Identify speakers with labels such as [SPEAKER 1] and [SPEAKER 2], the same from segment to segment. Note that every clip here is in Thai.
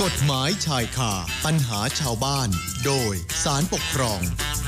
[SPEAKER 1] กฎหมายชายคาปัญหาชาวบ้านโดยศาลปกครอง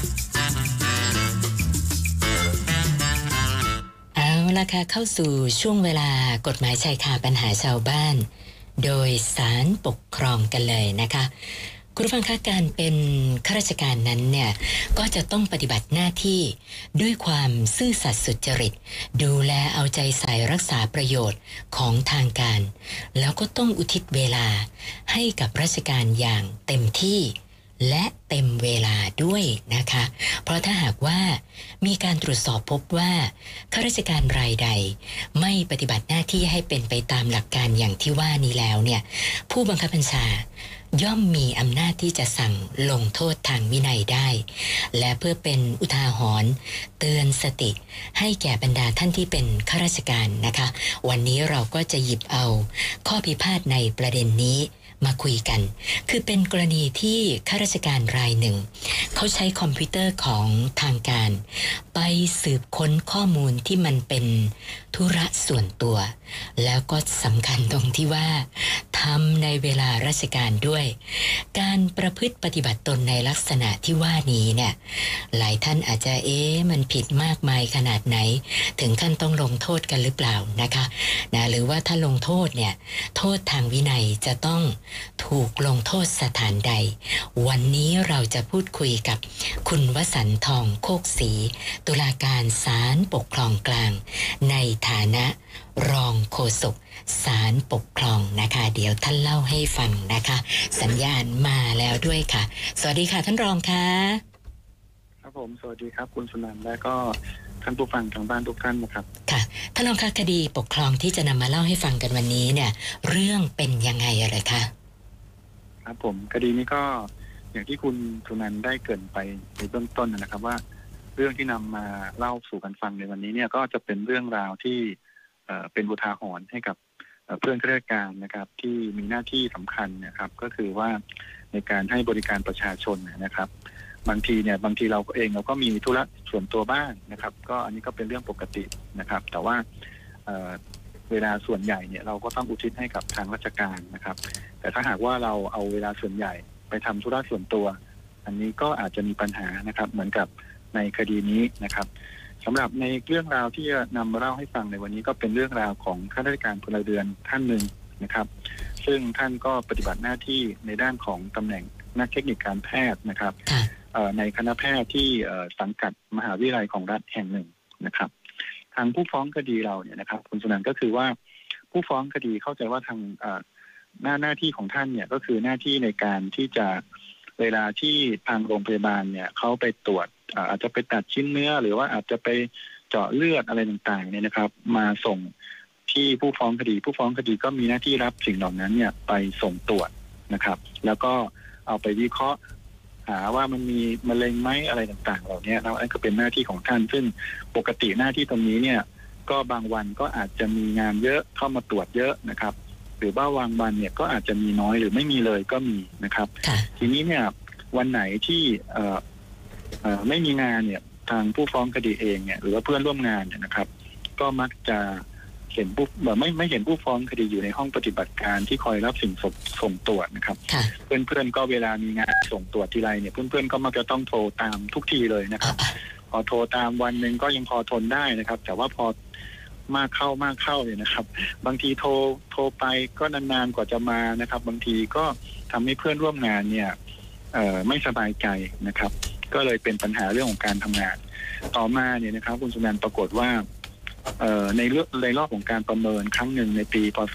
[SPEAKER 2] เอาล่ะค่ะเข้าสู่ช่วงเวลากฎหมายชายคาปัญหาชาวบ้านโดยศาลปกครองกันเลยนะคะคุณผู้ฟังคะการเป็นข้าราชการนั้นเนี่ยก็จะต้องปฏิบัติหน้าที่ด้วยความซื่อสัตย์สุจริตดูแลเอาใจใส่รักษาประโยชน์ของทางการแล้วก็ต้องอุทิศเวลาให้กับราชการอย่างเต็มที่และเต็มเวลาด้วยนะคะเพราะถ้าหากว่ามีการตรวจสอบพบว่าข้าราชการรายใดไม่ปฏิบัติหน้าที่ให้เป็นไปตามหลักการอย่างที่ว่านี้แล้วเนี่ยผู้บังคับบัญชาย่อมมีอำนาจที่จะสั่งลงโทษทางวินัยได้และเพื่อเป็นอุทาหรณ์เตือนสติให้แก่บรรดาท่านที่เป็นข้าราชการนะคะวันนี้เราก็จะหยิบเอาข้อพิพาทในประเด็นนี้มาคุยกันคือเป็นกรณีที่ข้าราชการรายหนึ่งเขาใช้คอมพิวเตอร์ของทางการไปสืบค้นข้อมูลที่มันเป็นธุระส่วนตัวแล้วก็สำคัญตรงที่ว่าทำในเวลาราชการด้วยการประพฤติปฏิบัติตนในลักษณะที่ว่านี้เนี่ยหลายท่านอาจจะมันผิดมากมายขนาดไหนถึงขั้นต้องลงโทษกันหรือเปล่านะคะหรือว่าถ้าลงโทษเนี่ยโทษทางวินัยจะต้องถูกลงโทษสถานใดวันนี้เราจะพูดคุยกับคุณวสันต์ทองโคกศรีตุลาการศาลปกครองกลางในฐานะรองโฆษกศาลปกครองนะคะเดี๋ยวท่านเล่าให้ฟังนะคะสัญญาณมาแล้วด้วยค่ะสวัสดีค่ะท่านรองค่ะ
[SPEAKER 3] ครับผมสวัสดีครับคุณสุนันท์และก็ท่านผู้ฟังทางบ้านทุกท่านนะครับ
[SPEAKER 2] ค่ะท่านรองคะคดีปกครองที่จะนำมาเล่าให้ฟังกันวันนี้เนี่ยเรื่องเป็นยังไงอะไรคะ
[SPEAKER 3] ครับผมคดีนี้ก็อย่างที่คุณสุนันท์ได้เกริ่นไปในเบื้องต้นนะครับว่าเรื่องที่นำมาเล่าสู่กันฟังในวันนี้เนี่ยก็จะเป็นเรื่องราวที่เป็นอุทาหรณ์ให้กับเพื่อนข้าราชการนะครับที่มีหน้าที่สำคัญนะครับก็คือว่าในการให้บริการประชาชนนะครับบางทีเราเองเราก็มีธุระส่วนตัวบ้างนะครับก็อันนี้ก็เป็นเรื่องปกตินะครับแต่ว่าเวลาส่วนใหญ่เนี่ยเราก็ต้องอุทิศให้กับทางราชการนะครับแต่ถ้าหากว่าเราเอาเวลาส่วนใหญ่ไปทำธุระส่วนตัวอันนี้ก็อาจจะมีปัญหานะครับเหมือนกับในคดีนี้นะครับสำหรับในเรื่องราวที่จะนำมาเล่าให้ฟังในวันนี้ก็เป็นเรื่องราวของข้าราชการพลเรือนท่านหนึ่งนะครับซึ่งท่านก็ปฏิบัติหน้าที่ในด้านของตำแหน่งนักเทคนิคการแพทย์นะครับในคณะแพทย์ที่สังกัดมหาวิทยาลัยของรัฐแห่งหนึ่งนะครับทางผู้ฟ้องคดีเราเนี่ยนะครับคุณสุนันท์ก็คือว่าผู้ฟ้องคดีเข้าใจว่าทางหน้าที่ของท่านเนี่ยก็คือหน้าที่ในการที่จะเวลาที่ทางโรงพยาบาลเนี่ยเขาไปตรวจอาจจะไปตัดชิ้นเนื้อหรือว่าอาจจะไปเจาะเลือดอะไรต่างๆเนี่ยนะครับมาส่งที่ผู้ฟ้องคดีผู้ฟ้องคดีก็มีหน้าที่รับสิ่งเหล่านั้นเนี่ยไปส่งตรวจนะครับแล้วก็เอาไปวิเคราะห์หาว่ามันมีมะเร็งไหมอะไรต่างๆเหล่านี้แล้วอันก็เป็นหน้าที่ของท่านซึ่งปกติหน้าที่ตรงนี้เนี่ยก็บางวันก็อาจจะมีงานเยอะเข้ามาตรวจเยอะนะครับหรือว่าบางวันเนี่ยก็อาจจะมีน้อยหรือไม่มีเลยก็มีนะครับทีนี้เนี่ยวันไหนที่ไม่มีงานเนี่ยทางผู้ฟ้องคดีเองเนี่ยหรือว่าเพื่อนร่วมงานเนี่ยนะครับก็มักจะเห็นผู้ไม่เห็นผู้ฟ้องคดีอยู่ในห้องปฏิบัติการที่คอยรับสิ่งส่งตรวจนะครับเพื่อนๆก็เวลามีงานส่งตรวจทีไรเนี่ยเพื่อนๆก็มักจะต้องโทรตามทุกทีเลยนะครับพอโทรตามวันหนึ่งก็ยังพอทนได้นะครับแต่ว่าพอมากเข้าเนี่ยนะครับบางทีโทรไปก็นานๆกว่าจะมานะครับบางทีก็ทำให้เพื่อนร่วมงานเนี่ยไม่สบายใจนะครับก็เลยเป็นปัญหาเรื่องของการทำงานต่อมาเนี่ยนะครับคุณสุนันท์ปรากฏว่าในรอบของการประเมินครั้งหนึ่งในปีพ.ศ.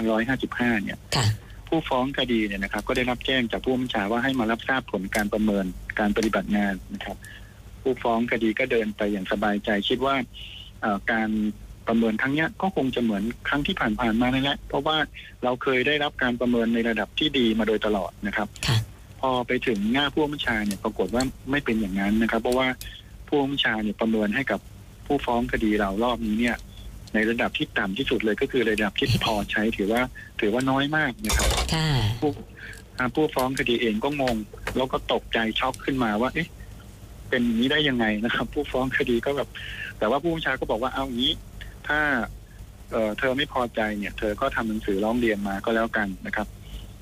[SPEAKER 3] 2555เนี่ยผู้ฟ้องคดีเนี่ยนะครับก็ได้รับแจ้งจากผู้บัญชาว่าให้มารับทราบผลการประเมินการปฏิบัติงานนะครับผู้ฟ้องคดีก็เดินไปอย่างสบายใจคิดว่าการประเมินครั้งนี้ก็คงจะเหมือนครั้งที่ผ่านๆมานั่นแหละเพราะว่าเราเคยได้รับการประเมินในระดับที่ดีมาโดยตลอดนะครับพอไปถึงหน้าผู้บัญชาเนี่ยปรากฏว่าไม่เป็นอย่างนั้นนะครับเพราะว่าผู้บัญชาเนี่ยประเมินให้กับผู้ฟ้องคดีเรารอบนี้เนี่ยในระดับที่ต่ำที่สุดเลยก็คือระดับที่พอใช้ถือว่าน้อยมากนะครับผู้ฟ้องคดีเองก็งงแล้วก็ตกใจช็อกขึ้นมาว่าเอ๊ะเป็นอย่างนี้ได้ยังไงนะครับผู้ฟ้องคดีก็แบบแต่ว่าผู้บัญชาก็บอกว่าเอางี้ถ้าเธอไม่พอใจเนี่ยเธอก็ทำหนังสือร้องเรียนมาก็แล้วกันนะครับ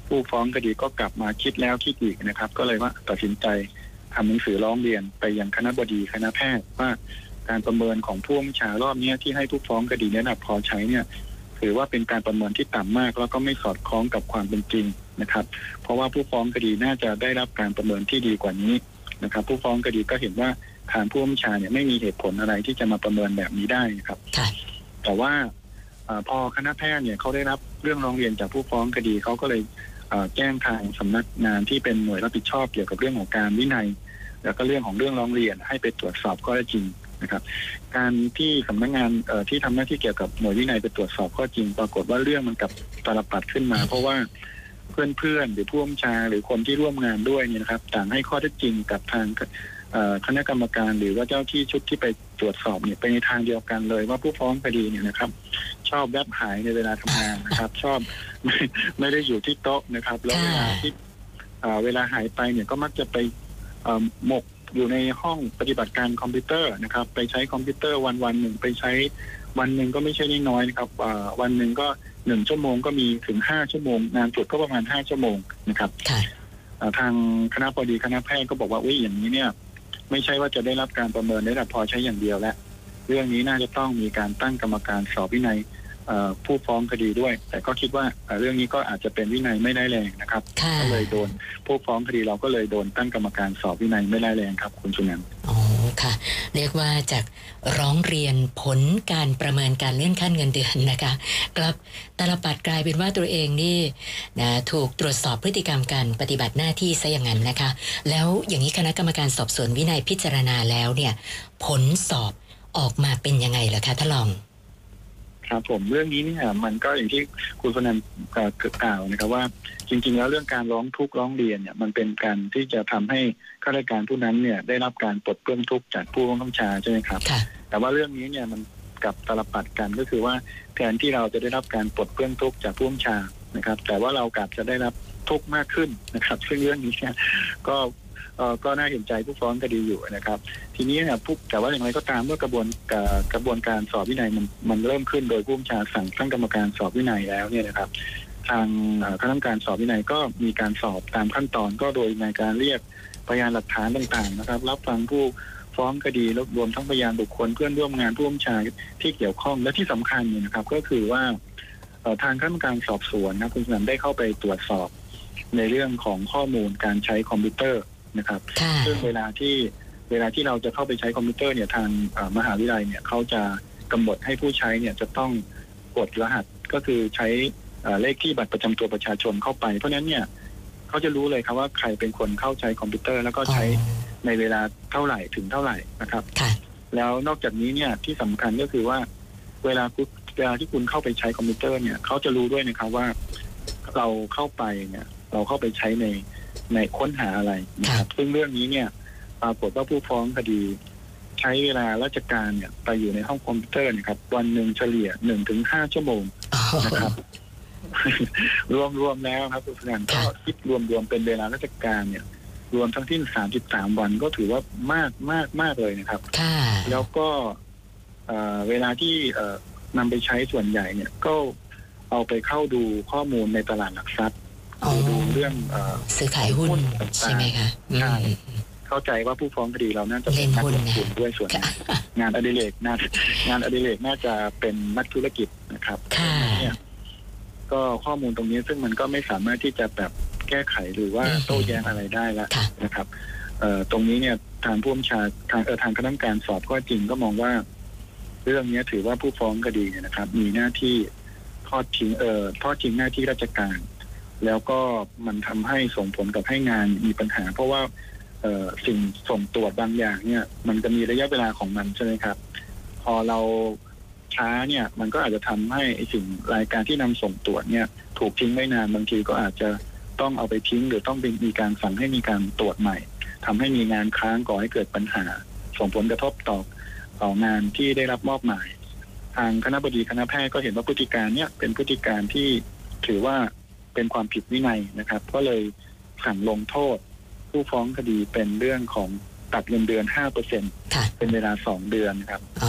[SPEAKER 3] ผู้ฟ้องคดีก็กลับมาคิดแล้วคิดอีกนะครับก็เลยว่าตัดสินใจทำหนังสือร้องเรียนไปยังคณบดีคณะแพทย์ว่าการประเมินของผู้บัญชารอบนี้ที่ให้ผู้ฟ้องคดีระดับพอใช้เนี่ยถือว่าเป็นการประเมินที่ต่ำมากแล้วก็ไม่สอดคล้องกับความเป็นจริงนะครับเพราะว่าผู้ฟ้องคดีน่าจะได้รับการประเมินที่ดีกว่านี้นะครับผู้ฟ้องคดีก็เห็นว่าทางผู้บัญชาเนี่ยไม่มีเหตุผลอะไรที่จะมาประเมินแบบนี้ได้นะครับแต่ว่าพอคณะแพทย์เนี่ยเขาได้รับเรื่องร้องเรียนจากผู้ฟ้องคดีเขาก็เลยแจ้งทางสำนักงานที่เป็นหน่วยรับผิดชอบเกี่ยวกับเรื่องของการวินัยแล้วก็เรื่องของเรื่องร้องเรียนให้ไปตรวจสอบข้อเท็จจริงนะครับการที่สำนักงานที่ทำหน้าที่เกี่ยวกับหน่วยวินัยไปตรวจสอบข้อจริงปรากฏว่าเรื่องมันกลับตาลปัดขึ้นมาเพราะว่าเพื่อนๆหรือผู้บัญชาหรือคนที่ร่วมงานด้วยเนี่ยนะครับต่างให้ข้อเท็จจริงกับทางคณะกรรมการหรือว่าเจ้าที่ชุดที่ไปตรวจสอบเนี่ยไปในทางเดียวกันเลยว่าผู้ฟ้องคดีเนี่ยนะครับชอบแวบหายในเวลาทำงานนะครับชอบไม่ได้อยู่ที่โต๊ะนะครับแล้วเวลาที่เวลาหายไปเนี่ยก็มักจะไปหมกอยู่ในห้องปฏิบัติการคอมพิวเตอร์นะครับไปใช้คอมพิวเตอร์วันหนึ่งไปใช้วันหนึ่งก็ไม่ใช่น้อยนะครับวันหนึ่งก็1 ชั่วโมงก็มีถึง5 ชั่วโมงงานสุดก็ประมาณ5 ชั่วโมงนะครับทางคณะบดีคณะแพทย์ก็บอกว่าอย่างนี้เนี่ยไม่ใช่ว่าจะได้รับการประเมินได้แต่พอใช้อย่างเดียวแล้วเรื่องนี้น่าจะต้องมีการตั้งกรรมการสอบวินัยผู้ฟ้องคดีด้วยแต่ก็คิดว่าเรื่องนี้ก็อาจจะเป็นวินัยไม่ได้แรงนะครับก็เลยโดนผู้ฟ้องคดีเราก็เลยโดนตั้งกรรมการสอบวินัยไม่ได้แรงครับคุณสุนันท์
[SPEAKER 2] อ๋อค่ะเรียกว่าจากร้องเรียนผลการประเมินการเลื่อนขั้นเงินเดือนนะคะกลับตาลปัดกลายเป็นว่าตัวเองนี่นะถูกตรวจสอบพฤติกรรมการปฏิบัติหน้าที่ซะอย่างนั้นนะคะแล้วอย่างนี้คณะกรรมการสอบสวนวินัยพิจารณาแล้วเนี่ยผลสอบออกมาเป็นยังไงเหรอคะท่านรอง
[SPEAKER 3] ครับผมเรื่องนี้เนี่ยมันก็อย่างที่คุณพนันกล่าวนะครับว่าจริงๆแล้วเรื่องการร้องทุกข์ร้องเรียนเนี่ยมันเป็นการที่จะทำให้ข้าราชการผู้นั้นเนี่ยได้รับการปลดเปลื้องทุกข์จากผู้บังคับบัญชาใช่ไหมครับแต่ว่าเรื่องนี้เนี่ยมันกับตาลปัดกันก็คือว่าแทนที่เราจะได้รับการปลดเปลื้องทุกข์จากผู้บัญชานะครับแต่ว่าเรากลับจะได้รับทุกข์มากขึ้นนะครับซึ่งเรื่องนี้เนี่ยก็น่าเห็นใจผู้ฟ้องคดีอยู่นะครับทีนี้เนี่ยแต่ว่าอย่างไรก็ตามเมื่อกระบวนการสอบวินัยมันเริ่มขึ้นโดยผู้บัญชาสั่งตั้งกรรมการสอบวินัยแล้วเนี่ยนะครับทางคณะกรรมการสอบวินัยก็มีการสอบตามขั้นตอนก็โดยในการเรียกพยานหลักฐานต่างๆนะครับรับฟังผู้ฟ้องคดีแล้วรวมทั้งพยานบุคคลเพื่อนร่วมงานผู้บัญชาที่เกี่ยวข้องและที่สำคัญเนี่ยนะครับก็คือว่าทางคณะกรรมการสอบสวนนะคุณสนันได้เข้าไปตรวจสอบในเรื่องของข้อมูลการใช้คอมพิวเตอร์นะครับซึ่งเวลาที่เราจะเข้าไปใช้คอมพิวเตอร์เนี่ยทางมหาวิทยาลัยเนี่ยเขาจะกำหนดให้ผู้ใช้เนี่ยจะต้องกดรหัสก็คือใช้เลขที่บัตรประจำตัวประชาชนเข้าไปเพราะฉะนั้นเนี่ยเขาจะรู้เลยครับว่าใครเป็นคนเข้าใช้คอมพิวเตอร์แล้วก็ใช้ในเวลาเท่าไหร่ถึงเท่าไหร่นะครับแล้วนอกจากนี้เนี่ยที่สำคัญก็คือว่าเวลาที่คุณเข้าไปใช้คอมพิวเตอร์เนี่ยเขาจะรู้ด้วยนะครับว่าเราเข้าไปใช้ในค้นหาอะไรนะครับซึ่งเรื่องนี้เนี่ยปรากฏว่าผู้ฟ้องคดีใช้เวลาราชการเนี่ยไปอยู่ในห้องคอมพิวเตอร์นะครับวันหนึ่งเฉลี่ย 1-5 ชั่วโมงนะครับ รวมแล้วครับคุณผู้ชมก็คิดรวมเป็นเวลาราชการเนี่ยรวมทั้งที่33 วันก็ถือว่ามากเลยนะครับแล้วก็เวลาที่นำไปใช้ส่วนใหญ่เนี่ยก็เอาไปเข้าดูข้อมูลในตลาดหลักทรัพย์ดูเรื่อง
[SPEAKER 2] ซื้อขายหุ้นใช่ไหมคะ
[SPEAKER 3] ใช่เข้าใจว่าผู้ฟ้องคดีเราน่าจะเป็นนักลงทุนด้วยส่วนงานอดิเรกน่าจะเป็นนักธุรกิจนะครับเนี่ยก็ข้อมูลตรงนี้ซึ่งมันก็ไม่สามารถที่จะแบบแก้ไขหรือว่าโต้แย้งอะไรได้แล้วนะครับตรงนี้เนี่ยทางผู้บัญชาทางคณะกรรมการสอบข้อจริงก็มองว่าเรื่องนี้ถือว่าผู้ฟ้องคดีเนี่ยนะครับมีหน้าที่ทอดทิ้งหน้าที่ราชการแล้วก็มันทำให้ส่งผลกับให้งานมีปัญหาเพราะว่าสิ่งส่งตรวจบางอย่างเนี่ยมันจะมีระยะเวลาของมันใช่ไหมครับพอเราช้าเนี่ยมันก็อาจจะทำให้สิ่งรายการที่นำส่งตรวจเนี่ยถูกทิ้งไว้นานบางทีก็อาจจะต้องเอาไปทิ้งหรือต้องมีการสั่งให้มีการตรวจใหม่ทำให้มีงานค้างก่อให้เกิดปัญหาส่งผลกระทบต่องานที่ได้รับมอบหมายทางคณบดีคณะแพทย์ก็เห็นว่าพฤติการเนี่ยเป็นพฤติการที่ถือว่าเป็นความผิดวินัยนะครับก็เลยสั่งลงโทษผู้ฟ้องคดีเป็นเรื่องของตัดเงินเดือน 5% เป็นเวลา2 เดือนครับ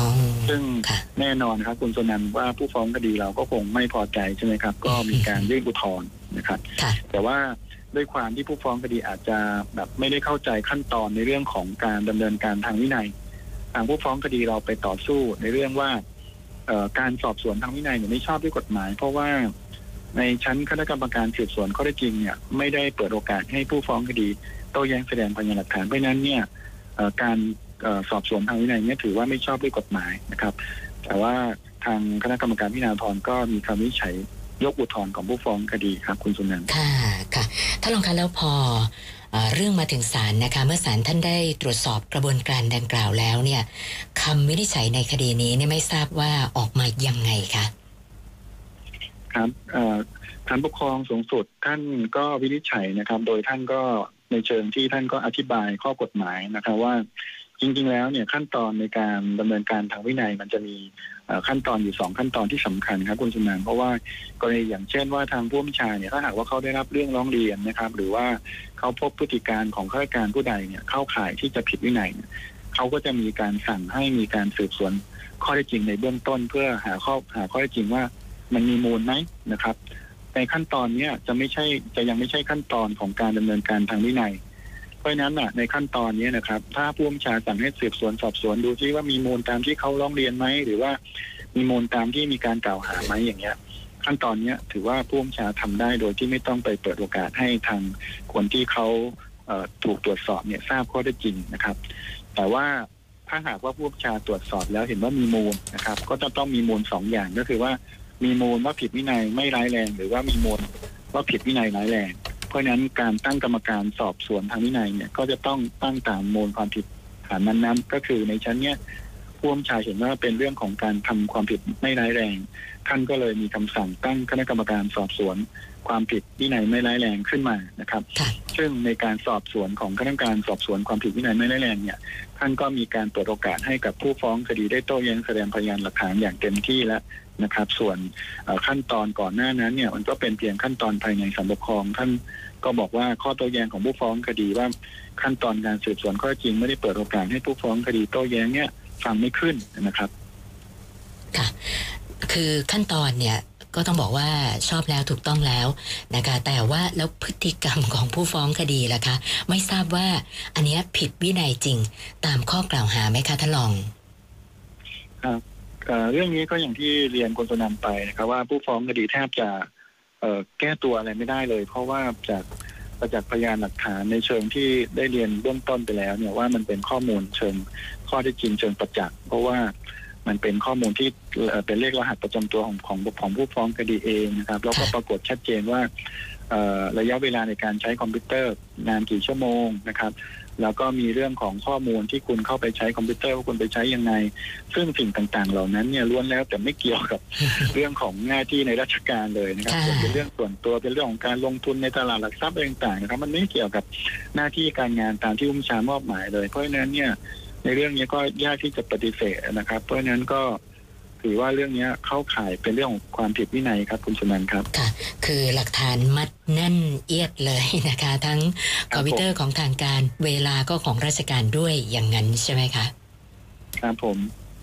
[SPEAKER 3] ซึ่ง
[SPEAKER 2] ค่ะ
[SPEAKER 3] แน่นอนครับคุณสุนันท์ว่าผู้ฟ้องคดีเราก็คงไม่พอใจใช่ไหมครับ ก็มีการยื่นอุทธรณ์นะครับ
[SPEAKER 2] ค่ะ
[SPEAKER 3] แต่ว่าด้วยความที่ผู้ฟ้องคดีอาจจะแบบไม่ได้เข้าใจขั้นตอนในเรื่องของการดำเนินการทางวินัยทางผู้ฟ้องคดีเราไปต่อสู้ในเรื่องว่าการสอบสวนทางวินัยเนี่ยไม่ชอบด้วยกฎหมาย เพราะว่าในชั้นคณะกรรมการสืบสวนข้อเท็จจริงเนี่ยไม่ได้เปิดโอกาสให้ผู้ฟ้องคดีโต้แย้งแสดงพยานหลักฐานเพราะฉะนั้นเนี่ยการสอบสวนทางวินัยเนี่ยถือว่าไม่ชอบด้วยกฎหมายนะครับ แต่ว่าทางคณะกรรมการพิจารณาอุทธรณ์ก็มีคำวินิจฉัยยกอุทธรณ์ของผู้ฟ้องคดีครับคุณสุนันท์
[SPEAKER 2] ค่ะค่ะถ้าลองคะแล้วพอเรื่องมาถึงศาลนะคะเมื่อศาลท่านได้ตรวจสอบกระบวนการดังกล่าวแล้วเนี่ยคำวินิจฉัยในคดีนี้เนี่ยไม่ทราบว่าออกมายังไงคะ
[SPEAKER 3] ครับศาลปกครองสูงสุดท่านก็วินิจฉัยนะครับ โดยท่านก็ในเชิงที่ท่านก็อธิบายข้อกฎหมายนะครับว่าจริงๆแล้วเนี่ยขั้นตอนในการดำเนินการทางวินัยมันจะมีขั้นตอนอยู่2ขั้นตอนที่สำคัญครับคุณสุนันท์เพราะว่ากรณีอย่างเช่นว่าทางผู้บัญชาเนี่ยถ้าหากว่าเขาได้รับเรื่องร้องเรียนนะครับ หรือว่าเขาพบพฤติการของข้าราชการผู้ใดเนี่ยเข้าข่ายที่จะผิดวินัยเนี่ยเขาก็จะมีการสั่งให้มีการสืบสวนข้อเท็จจริงในเบื้องต้นเพื่อหาข้อเท็จจริงว่ามันมีมูลไหมนะครับในขั้นตอนนี้จะยังไม่ใช่ขั้นตอนของการดำเนินการทางวินัยเพราะฉะนั้นในขั้นตอนนี้นะครับถ้าผู้บัญชาสั่งให้สืบสวนสอบสวนดูซิว่ามีมูลตามที่เขาร้องเรียนไหมหรือว่ามีมูลตามที่มีการกล่าวหาไหมอย่างเงี้ยขั้นตอนนี้ถือว่าผู้บัญชาทำได้โดยที่ไม่ต้องไปเปิดโอกาสให้ทางคนที่เขาถูกตรวจสอบเนี่ยทราบข้อเท็จจริงนะครับแต่ว่าถ้าหากว่าผู้บัญชาตรวจสอบแล้วเห็นว่ามีมูลนะครับก็จะต้องมีมูล2อย่างก็คือว่ามีมูลว่าผิดวินัยไม่ร้ายแรงหรือว่ามีมูลว่าผิดวินัยร้ายแรงเพราะฉะนั้นการตั้งกรรมการสอบสวนทางวินัยเนี่ยก็จะต้องตั้งตามมูลความผิดฐานนั้นๆก็คือในชั้นเนี้ยผู้บัญชาเห็นว่าเป็นเรื่องของการทำความผิดไม่ร้ายแรงท่านก็เลยมีคำสั่งตั้งคณะกรรมการสอบสวนความผิดวินัยไม่ร้ายแรงขึ้นมานะครับซึ่งในการสอบสวนของคณะกรรมการสอบสวนความผิดวินัยไม่ร้ายแรงเนี่ยท่านก็มีการเปิดโอกาสให้กับผู้ฟ้องคดีได้โต้แย้งแสดงพยานหลักฐานอย่างเต็มที่แล้วนะครับส่วนขั้นตอนก่อนหน้านั้นเนี่ยมันก็เป็นเพียงขั้นตอนภายในศาลปกครองท่านก็บอกว่าข้อโต้แย้งของผู้ฟ้องคดีว่าขั้นตอนการสืบสวนข้อจริงไม่ได้เปิดโอกาสให้ผู้ฟ้องคดีโต้แย้งเนี่ยฟังไม่ขึ้นนะครับ
[SPEAKER 2] ค่ะคือขั้นตอนเนี่ยก็ต้องบอกว่าชอบแล้วถูกต้องแล้วนะคะแต่ว่าแล้วพฤติกรรมของผู้ฟ้องคดีล่ะคะไม่ทราบว่าอันนี้ผิดวินัยจริงตามข้อกล่าวหาไหมคะท่านรอง
[SPEAKER 3] ครับเรื่องนี้ก็อย่างที่เรียนคุณสุนันท์ไปนะครับว่าผู้ฟ้องคดีแทบจะแก้ตัวอะไรไม่ได้เลยเพราะว่าจากประจักษ์พยานหลักฐานในเชิงที่ได้เรียนเบื้องต้นไปแล้วเนี่ยว่ามันเป็นข้อมูลเชิงข้อเท็จจริงเชิงประจักษ์เพราะว่ามันเป็นข้อมูลที่เป็นเลขรหัสประจำตัวของผู้ฟ้องคดีเองนะครับแล้วก็ปรากฏชัดเจนว่าระยะเวลาในการใช้คอมพิวเตอร์นานกี่ชั่วโมงนะครับแล้วก็มีเรื่องของข้อมูลที่คุณเข้าไปใช้คอมพิวเตอร์ว่าคุณไปใช้ยังไงซึ่งสิ่งต่างๆเหล่านั้นเนี่ยล้วนแล้วแต่ไม่เกี่ยวกับ เรื่องของหน้าที่ในราชการเลยนะครับเป็นเรื่องส่วนตัวเป็นเรื่องของการลงทุนในตลาดหลักทรัพย์ต่างๆนะครับมันไม่เกี่ยวกับหน้าที่การงานตามที่ผู้บัญชามอบหมายเลยเพราะฉะนั้นเนี่ยในเรื่องนี้ก็ยากที่จะปฏิเสธนะครับเพราะฉะนั้นก็ถือว่าเรื่องนี้เข้าข่ายเป็นเรื่องของความผิดวินัยครับคุณสุนันท์ครับ
[SPEAKER 2] ค่ะคือหลักฐานมัดแน่นเอียดเลยนะคะทั้งคอมพิวเตอร์ของทางการเวลาก็ของราชการด้วยอย่างนั้นใช่ไหมคะ
[SPEAKER 3] ครับผม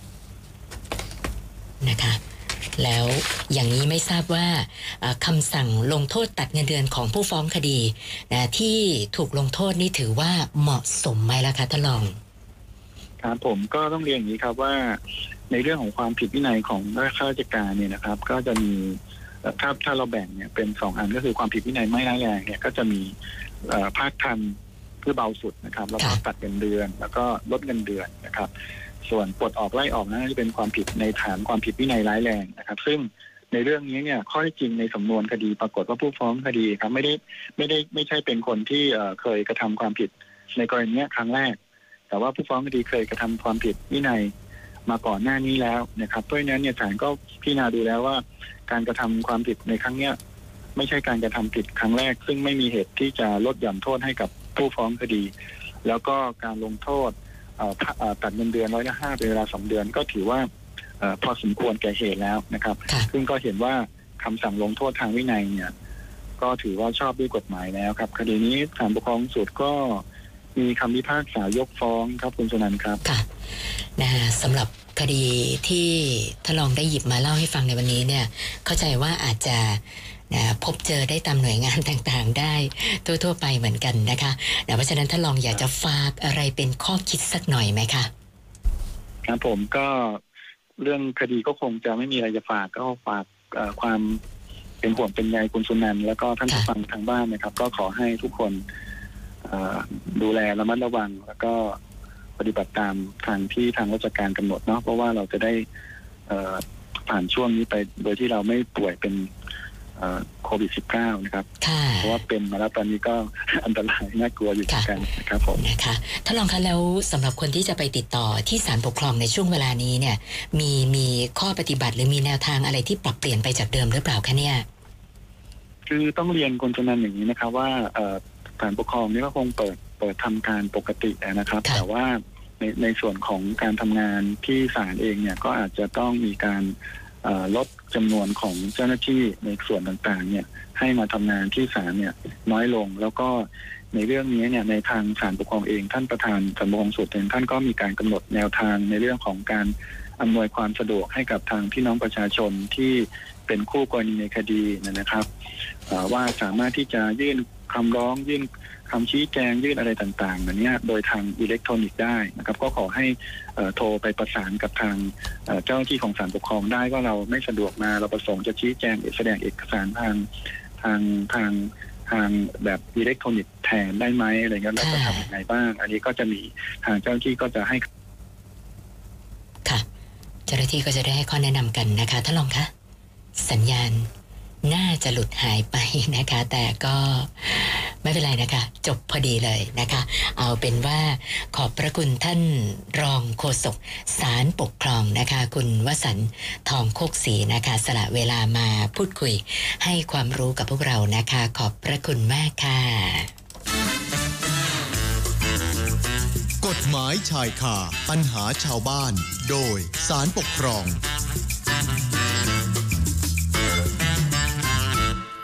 [SPEAKER 2] นะคะแล้วอย่างนี้ไม่ทราบว่าคำสั่งลงโทษตัดเงินเดือนของผู้ฟ้องคดีนะที่ถูกลงโทษนี่ถือว่าเหมาะสมไหมล่ะคะท่านรอง
[SPEAKER 3] ครับผมก็ต้องเรียนอย่างนี้ครับว่าในเรื่องของความผิดวินัยของข้าราชการเนี่ยนะครับก็จะมีถ้าเราแบ่งเนี่ยเป็น2อันก็คือความผิดวินัยไม่ร้ายแรงเนี่ยก็จะมีภาคทันคือเบาสุดนะครับแล้วก็ตัดเงินเดือนแล้วก็ลดเงินเดือนนะครับส่วนปลดออกไล่ออกนั้นจะเป็นความผิดในฐานความผิดวินัยร้ายแรงนะครับซึ่งในเรื่องนี้เนี่ยข้อเท็จจริงในสำนวนคดีปรากฏว่าผู้ฟ้องคดีครับไม่ใช่เป็นคนที่เคยกระทำความผิดในกรณีนี้ครั้งแรกแต่ว่าผู้ฟ้องคดีเคยกระทำความผิดวินัยมาก่อนหน้านี้แล้วนะครับเพราะฉะนั้นเนี่ยศาลก็พิจารณาดูแล้วว่าการกระทำความผิดในครั้งเนี้ยไม่ใช่การกระทำผิดครั้งแรกซึ่งไม่มีเหตุที่จะลดหย่อนโทษให้กับผู้ฟ้องคดีแล้วก็การลงโทษตัดเงินเดือน105เป็นเวลา2 เดือนก็ถือว่าพอสมควรแก่เหตุแล้วนะครับซึ่งก็เห็นว่าคำสั่งลงโทษทางวินัยเนี่ยก็ถือว่าชอบด้วยกฎหมายแล้วครับคดีนี้ศาลปกครองสูงสุดก็มีคำพิพากษายกฟ้องครับคุณสุนันท์ครับ
[SPEAKER 2] ค่ะสำหรับคดีที่ท่านรองได้หยิบมาเล่าให้ฟังในวันนี้เนี่ยเข้าใจว่าอาจจะพบเจอได้ตามหน่วยงานต่างๆได้ทั่วๆไปเหมือนกันนะคะเพราะฉะนั้นท่านรองอยากจะฝากอะไรเป็นข้อคิดสักหน่อยไหมคะ
[SPEAKER 3] ครับผมก็เรื่องคดีก็คงจะไม่มีอะไรจะฝากก็ฝากความเป็นห่วงเป็นใยคุณสุนันท์แล้วก็ท่านผู้ฟังทางบ้านนะครับก็ขอให้ทุกคนดูแลระมัดระวังแล้วก็ปฏิบัติตามทางที่ทางราชการกำหนดเนาะเพราะว่าเราจะได้ผ่านช่วงนี้ไปโดยที่เราไม่ป่วยเป็นโควิด -19 นะครับเพราะว่าเป็นมาแล้วตอนนี้ก็อันตรายน่ากลัวอยู่เหมือนกันนะครับผม
[SPEAKER 2] นะคะท่านรองคะแล้วสำหรับคนที่จะไปติดต่อที่ศาลปกครองในช่วงเวลานี้เนี่ยมีข้อปฏิบัติหรือมีแนวทางอะไรที่ปรับเปลี่ยนไปจากเดิมหรือเปล่าคะเนี่ย
[SPEAKER 3] คือต้องเรียนคุณชนันอย่างนี้นะครับว่าศาลปกครองนี่ก็คงเปิดทำการปกตินะครับแต่ว่าในส่วนของการทำงานที่ศาลเองเนี่ยก็อาจจะต้องมีการลดจำนวนของเจ้าหน้าที่ในส่วนต่างๆเนี่ยให้มาทำงานที่ศาลเนี่ยน้อยลงแล้วก็ในเรื่องนี้เนี่ยในทางศาลปกครองเองท่านประธานศาลปกครองสูงสุดเองท่านก็มีการกำหนดแนวทางในเรื่องของการอำนวยความสะดวกให้กับทางพี่น้องประชาชนที่เป็นคู่กรณีในคดีนะครับว่าสามารถที่จะยื่นคำร้องยื่นคำชี้แจงยื่นอะไรต่างๆแบบนี้โดยทางอิเล็กทรอนิกส์ได้นะครับก็ขอให้โทรไปประสานกับทางเจ้าหน้าที่ของศาลปกครองได้ว่าเราไม่สะดวกมาเราประสงค์จะชี้แจงแสดงเอกสารทางแบบอิเล็กทรอนิกส์แทนได้ไหมอะไรเงี้ยเราจะทำยังไงบ้างอันนี้ก็จะมีทางเจ้าหน้าที่ก็จะให้
[SPEAKER 2] ค่ะเจ้าหน้าที่ก็จะได้ให้ข้อแนะนำกันนะคะท่านรองคะสัญญาณน่าจะหลุดหายไปนะคะแต่ก็ไม่เป็นไรนะคะจบพอดีเลยนะคะเอาเป็นว่าขอบพระคุณท่านรองโฆษกศาลปกครองนะคะคุณวสันต์ทองโคกศรีนะคะสละเวลามาพูดคุยให้ความรู้กับพวกเรานะคะขอบพระคุณมากค่ะ
[SPEAKER 1] กฎหมายชายคาปัญหาชาวบ้านโดยศาลปกครอง